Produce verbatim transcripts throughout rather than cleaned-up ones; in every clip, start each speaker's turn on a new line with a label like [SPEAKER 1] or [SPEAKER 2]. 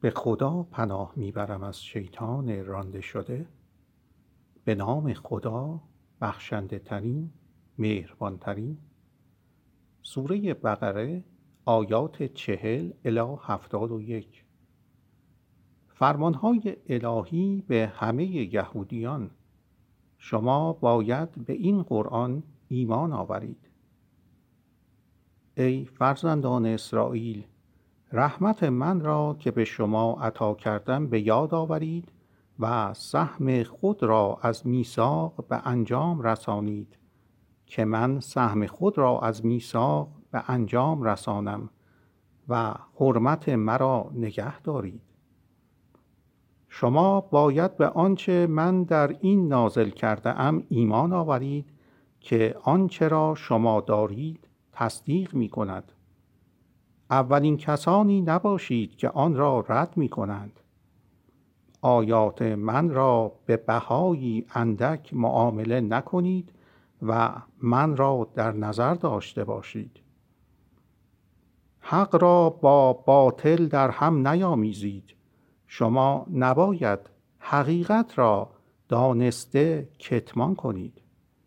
[SPEAKER 1] به خدا پناه میبرم از شیطان رانده شده. به نام خدا بخشنده ترین، مهربان ترین. سوره بقره آیات چهل الی هفتاد و یک. فرمانهای الهی به همه یهودیان: شما باید به این قرآن ایمان آورید. ای فرزندان اسرائیل، رحمت من را که به شما عطا کردم به یاد آورید و سهم خود را از میثاق به انجام رسانید که من سهم خود را از میثاق به انجام رسانم و حرمت مرا نگه دارید. شما باید به آنچه من در این نازل کرده ام ایمان آورید که آنچه را شما دارید تصدیق می کند. اولین کسانی نباشید که آن را رد می کنند. آیات من را به بهایی اندک معامله نکنید و من را در نظر داشته باشید. حق را با باطل در هم نیامیزید. شما نباید حقیقت را دانسته کتمان کنید.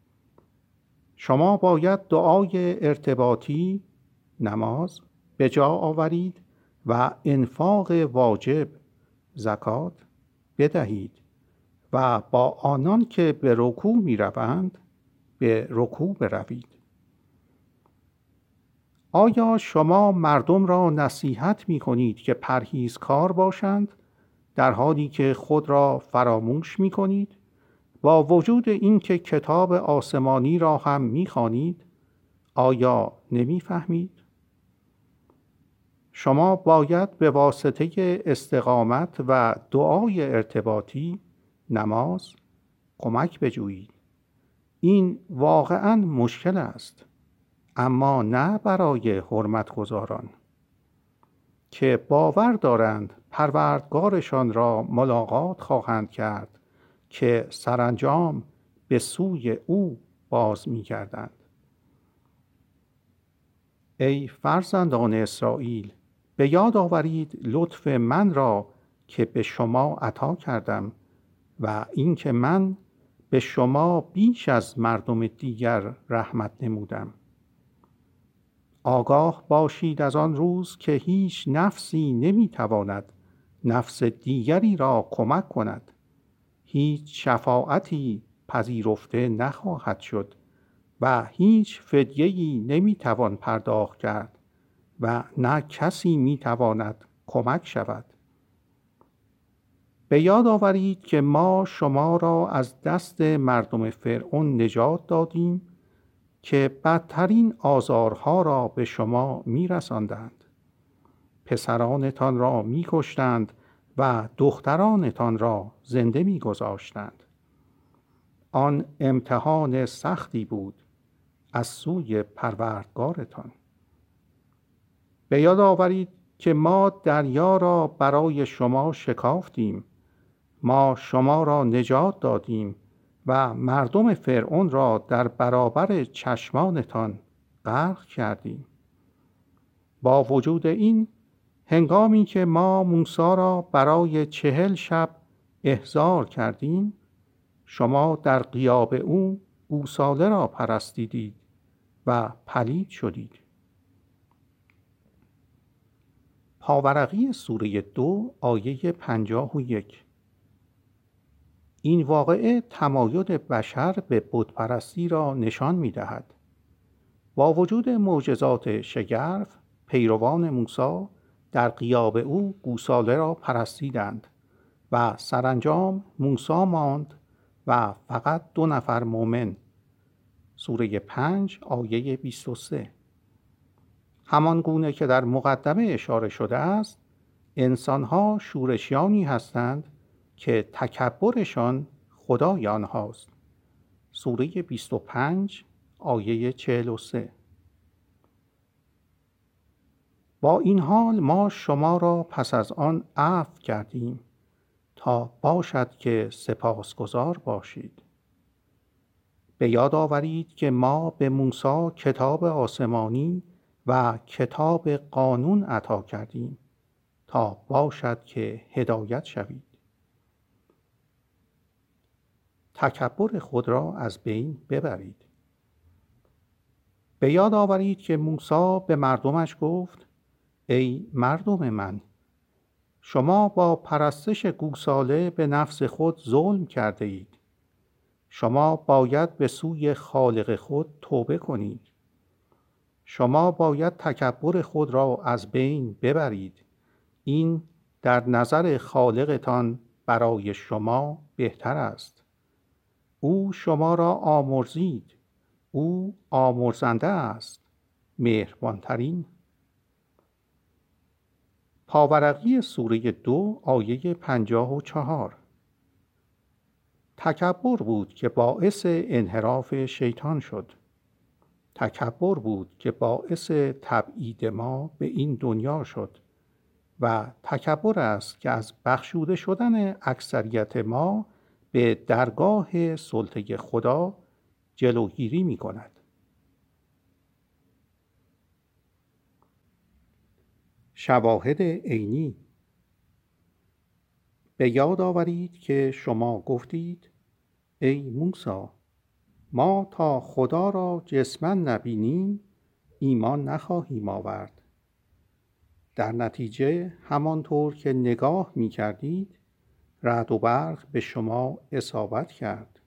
[SPEAKER 1] شما باید دعای ارتباطی، نماز به جا آورید و انفاق واجب، زکات بدهید و با آنان که به رکوع می روند به رکوع بروید. آیا شما مردم را نصیحت می کنید که پرهیزکار باشند در حالی که خود را فراموش می کنید؟ با وجود اینکه کتاب آسمانی را هم می خوانید، آیا نمی فهمید؟ شما باید به واسطه استقامت و دعای ارتباطی، نماز، کمک بجویید. این واقعاً مشکل است، اما نه برای حرمتگزاران که باور دارند پروردگارشان را ملاقات خواهند کرد که سرانجام به سوی او باز می گردند. ای فرزندان اسرائیل، به یاد آورید لطف من را که به شما عطا کردم و اینکه من به شما بیش از مردم دیگر رحمت نمودم. آگاه باشید از آن روز که هیچ نفسی نمیتواند نفس دیگری را کمک کند. هیچ شفاعتی پذیرفته نخواهد شد و هیچ فدیه‌ای نمیتوان پرداخت کرد و نه کسی میتواند کمک شود. به یاد آورید که ما شما را از دست مردم فرعون نجات دادیم که بدترین آزارها را به شما میرساندند. پسرانتان را میکشتند و دخترانتان را زنده میگذاشتند. آن امتحان سختی بود از سوی پروردگارتان. به یاد آورید که ما دریا را برای شما شکافتیم. ما شما را نجات دادیم و مردم فرعون را در برابر چشمانتان غرق کردیم. با وجود این، هنگامی که ما موسی را برای چهل شب احضار کردیم، شما در غیاب او گوساله را پرستیدید و پلید شدید. پاورقی سوره دو آیه پنجاه و یک. این واقعه تمایل بشر به بتپرستی را نشان می دهد. با وجود معجزات شگرف، پیروان موسی در غیاب او گوساله را پرستیدند و سرانجام موسی ماند و فقط دو نفر مؤمن. سوره پنج آیه بیست و سه. همان گونه که در مقدمه اشاره شده است، انسان‌ها شورشیانی هستند که تکبرشان خدای آنهاست. سوره بیست و پنج آیه چهل و سه. با این حال ما شما را پس از آن عفو کردیم تا باشد که سپاسگزار باشید. به یاد آورید که ما به موسی کتاب آسمانی و کتاب قانون عطا کردیم. تا باشد که هدایت شوید. تکبر خود را از بین ببرید. به یاد آورید که موسی به مردمش گفت: ای مردم من، شما با پرستش گوساله به نفس خود ظلم کرده اید. شما باید به سوی خالق خود توبه کنید. شما باید تکبر خود را از بین ببرید. این در نظر خالقتان برای شما بهتر است. او شما را آمرزید. او آمرزنده است، مهربانترین. پاورقی سوره دو آیه پنجاه و چهار. تکبر بود که باعث انحراف شیطان شد. تکبر بود که باعث تبعید ما به این دنیا شد و تکبر است که از بخشوده شدن اکثریت ما به درگاه سلطه خدا جلوگیری می کند. شواهد عینی. به یاد آورید که شما گفتید: ای موسی، ما تا خدا را جسما نبینیم ایمان نخواهیم آورد. در نتیجه همانطور که نگاه می کردید رعد و برق به شما اصابت کرد.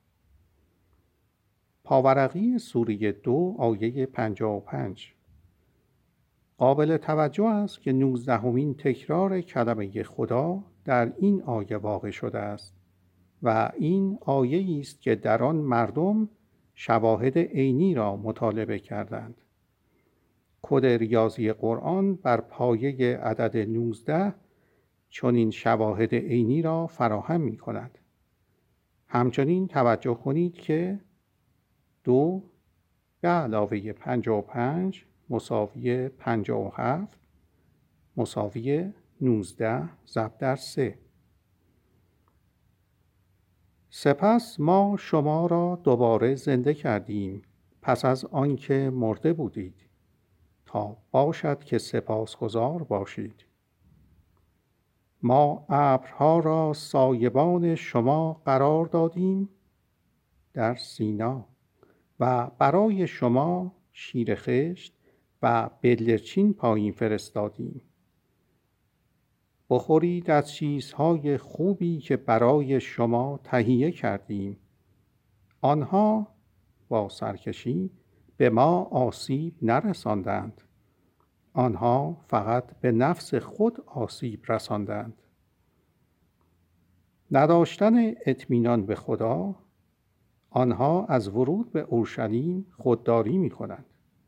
[SPEAKER 1] پاورقی سوره دو آیه پنجاه و پنج. قابل توجه است که نوزدهمین تکرار کلمه خدا در این آیه واقع شده است و این آیه است که در آن مردم شواهد عینی را مطالبه کردند. کد ریاضی قرآن بر پایه عدد نوزده چون این شواهد عینی را فراهم می کند. همچنین توجه کنید که دو به علاوه پنجاه و پنج مساوی پنجاه و هفت مساوی نوزده ضرب در سه. سپس ما شما را دوباره زنده کردیم پس از آنکه مرده بودید تا باشد که سپاسگزار باشید. ما ابرها را سایبان شما قرار دادیم در سینا و برای شما شیر خشت و بلدرچین پایین فرستادیم. بخورید از چیزهای خوبی که برای شما تهیه کردیم. آنها با سرکشی به ما آسیب نرساندند. آنها فقط به نفس خود آسیب رساندند. نداشتن اطمینان به خدا، آنها از ورود به اورشلیم خودداری می کنند.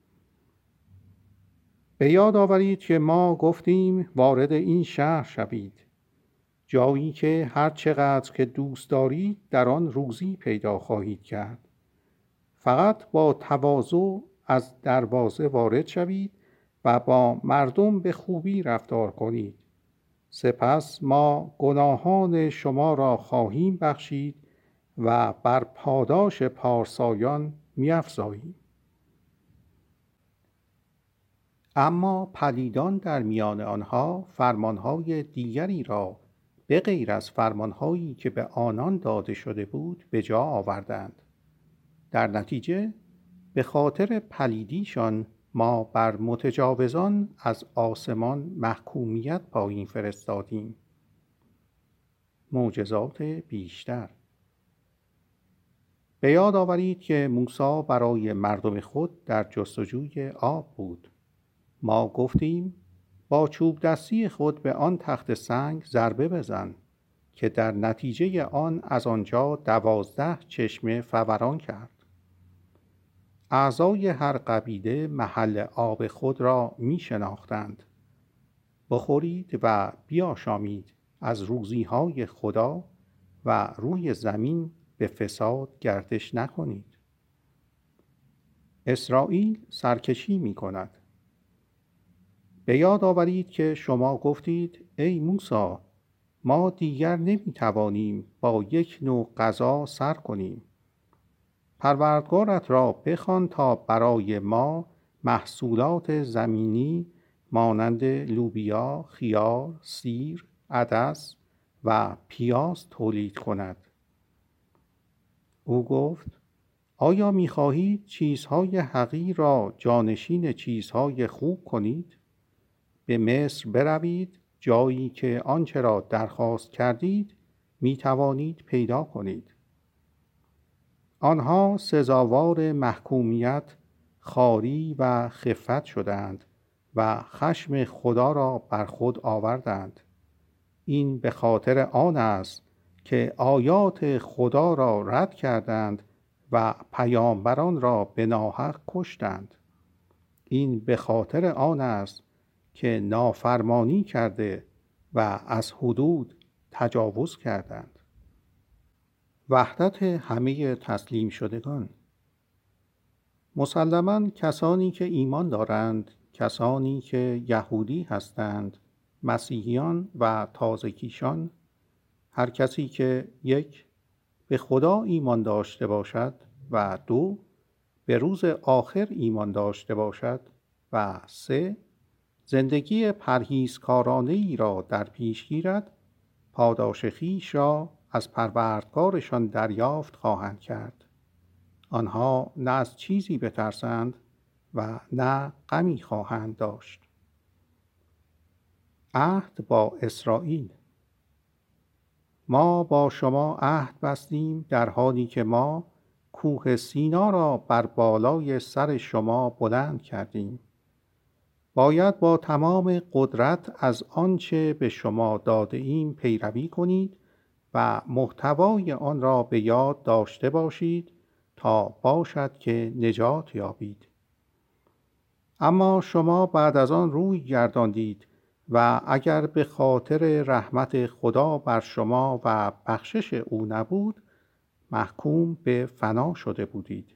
[SPEAKER 1] به یاد آورید که ما گفتیم وارد این شهر شوید، جایی که هر چقدر که دوست دارید در آن روزی پیدا خواهید کرد. فقط با تواضع از دروازه وارد شوید و با مردم به خوبی رفتار کنید. سپس ما گناهان شما را خواهیم بخشید و بر پاداش پارسایان می‌افزاییم. اما پلیدان در میان آنها فرمانهای دیگری را به غیر از فرمانهایی که به آنان داده شده بود به جا آوردند. در نتیجه به خاطر پلیدیشان ما بر متجاوزان از آسمان محکومیت پایین فرستادیم. معجزات بیشتر. به یاد آورید که موسی برای مردم خود در جستجوی آب بود. ما گفتیم با چوب دستی خود به آن تخت سنگ ضربه بزن که در نتیجه آن از آنجا دوازده چشمه فوران کرد. اعضای هر قبیله محل آب خود را می شناختند. بخورید و بیاشامید از روزیهای خدا و روی زمین به فساد گردش نکنید. اسرائیل سرکشی می کند. به یاد آورید که شما گفتید ای موسی، ما دیگر نمی توانیم با یک نوع غذا سر کنیم. پروردگارت را بخوان تا برای ما محصولات زمینی مانند لوبیا، خیار، سیر، عدس و پیاز تولید کند. او گفت: آیا می‌خواهید چیزهای حقیر را جانشین چیزهای خوب کنید؟ به مصر بروید، جایی که آنچه را درخواست کردید می توانید پیدا کنید. آنها سزاوار محکومیت، خواری و خفت شدند و خشم خدا را بر خود آوردند. این به خاطر آن است که آیات خدا را رد کردند و پیامبران را به ناحق کشتند. این به خاطر آن است که نافرمانی کرده و از حدود تجاوز کردند. وحدت همه تسلیم شدگان. مسلماً کسانی که ایمان دارند، کسانی که یهودی هستند، مسیحیان و تازه‌کیشان، هر کسی که یک به خدا ایمان داشته باشد و دو به روز آخر ایمان داشته باشد و سه زندگی پرهیزکارانه ای را در پیش گیرد، پاداش خویش را از پروردگارشان دریافت خواهند کرد. آنها نه از چیزی بترسند و نه غمی خواهند داشت. عهد با اسرائیل. ما با شما عهد بستیم در حالی که ما کوه سینا را بر بالای سر شما بلند کردیم. باید با تمام قدرت از آنچه به شما داده ایم پیروی کنید و محتوای آن را به یاد داشته باشید تا باشد که نجات یابید. اما شما بعد از آن روی گرداندید و اگر به خاطر رحمت خدا بر شما و بخشش او نبود، محکوم به فنا شده بودید.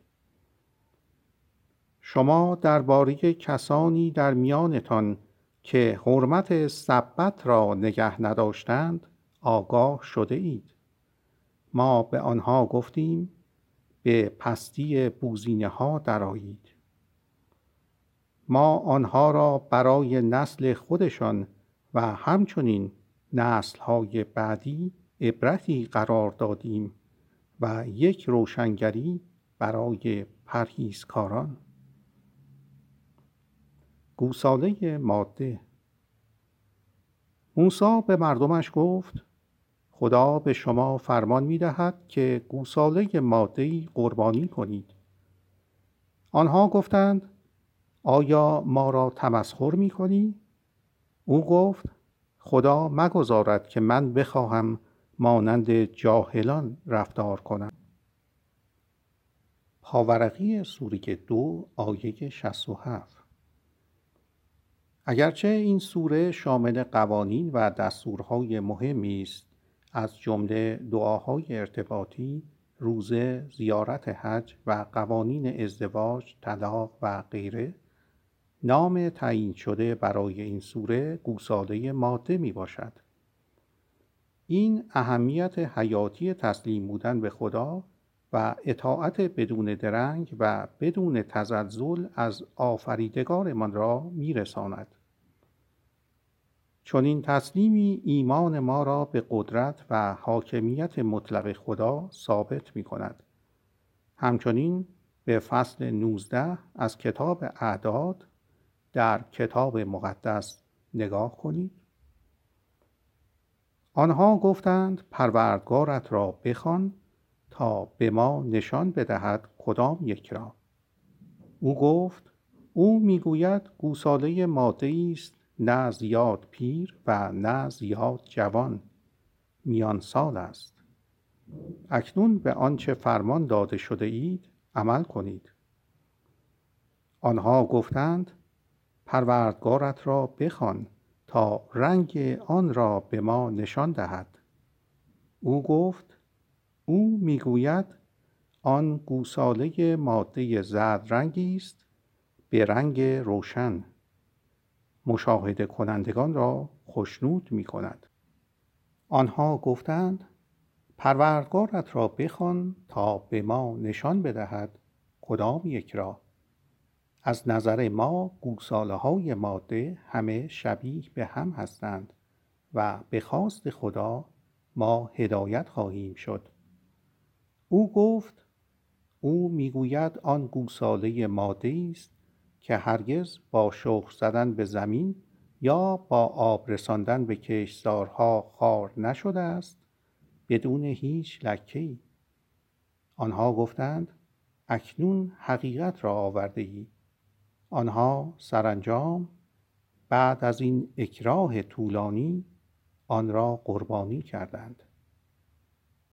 [SPEAKER 1] شما درباره کسانی در میانتان که حرمت سبت را نگه نداشتند آگاه شده اید. ما به آنها گفتیم: به پستی بوزینه ها درآیید. ما آنها را برای نسل خودشان و همچنین نسل‌های بعدی عبرتی قرار دادیم و یک روشنگری برای پرهیزکاران. گوساله ماده. موسی به مردمش گفت: خدا به شما فرمان می‌دهد که گوساله ماده‌ای قربانی کنید. آنها گفتند: آیا ما را تمسخر می‌کنی؟ او گفت: خدا مگذارد که من بخواهم مانند جاهلان رفتار کنم. پاورقی سوره دو آیه شصت و هفت. اگرچه این سوره شامل قوانین و دستورهای مهمی است، از جمله دعاهای ارتباطی، روزه، زیارت حج و قوانین ازدواج، طلاق و غیره، نام تعیین شده برای این سوره گوساله ماده می باشد. این اهمیت حیاتی تسلیم بودن به خدا و اطاعت بدون درنگ و بدون تزلزل از آفریدگارمان را می رساند. چون این تسلیمی ایمان ما را به قدرت و حاکمیت مطلق خدا ثابت می کند. همچنین به فصل نوزده از کتاب اعداد در کتاب مقدس نگاه کنید. آنها گفتند: پروردگارت را بخوان تا به ما نشان بدهد کدام یک را. او گفت: او میگوید گوساله ماده‌ای است، نه زیاد پیر و نه زیاد جوان، میان سال است. اکنون به آنچه فرمان داده شده اید عمل کنید. آنها گفتند: پروردگارت را بخوان تا رنگ آن را به ما نشان دهد. او گفت: او میگوید آن گوساله ماده زرد رنگی است، به رنگ روشن، مشاهده کنندگان را خوشنود می کند. آنها گفتند: پروردگارت را بخوان تا به ما نشان بدهد کدام یک را. از نظر ما گوساله های ماده همه شبیه به هم هستند و به خواست خدا ما هدایت خواهیم شد. او گفت: او میگوید آن گوساله ماده است که هرگز با شخم زدن به زمین یا با آب رساندن به کشتزارها خار نشده است، بدون هیچ لکه‌ای. آنها گفتند: اکنون حقیقت را آورده ای. آنها سرانجام بعد از این اکراه طولانی آن را قربانی کردند.